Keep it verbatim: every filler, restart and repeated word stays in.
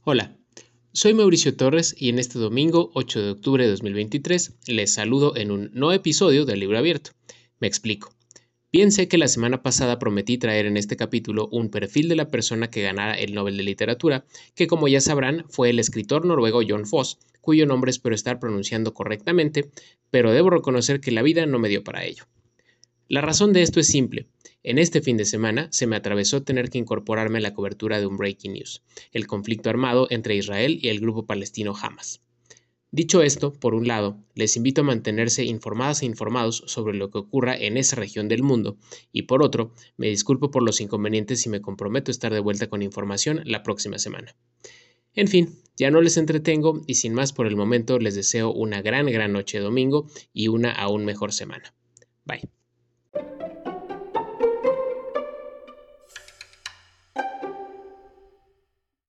Hola, soy Mauricio Torres y en este domingo ocho de octubre de dos mil veintitrés les saludo en un no episodio del Libro Abierto. Me explico. Bien sé que la semana pasada prometí traer en este capítulo un perfil de la persona que ganara el Nobel de Literatura, que como ya sabrán fue el escritor noruego Jon Fosse, cuyo nombre espero estar pronunciando correctamente, pero debo reconocer que la vida no me dio para ello. La razón de esto es simple. En este fin de semana se me atravesó tener que incorporarme a la cobertura de un breaking news, el conflicto armado entre Israel y el grupo palestino Hamas. Dicho esto, por un lado, les invito a mantenerse informadas e informados sobre lo que ocurra en esa región del mundo, y por otro, me disculpo por los inconvenientes y me comprometo a estar de vuelta con información la próxima semana. En fin, ya no les entretengo y sin más por el momento les deseo una gran gran noche de domingo y una aún mejor semana. Bye.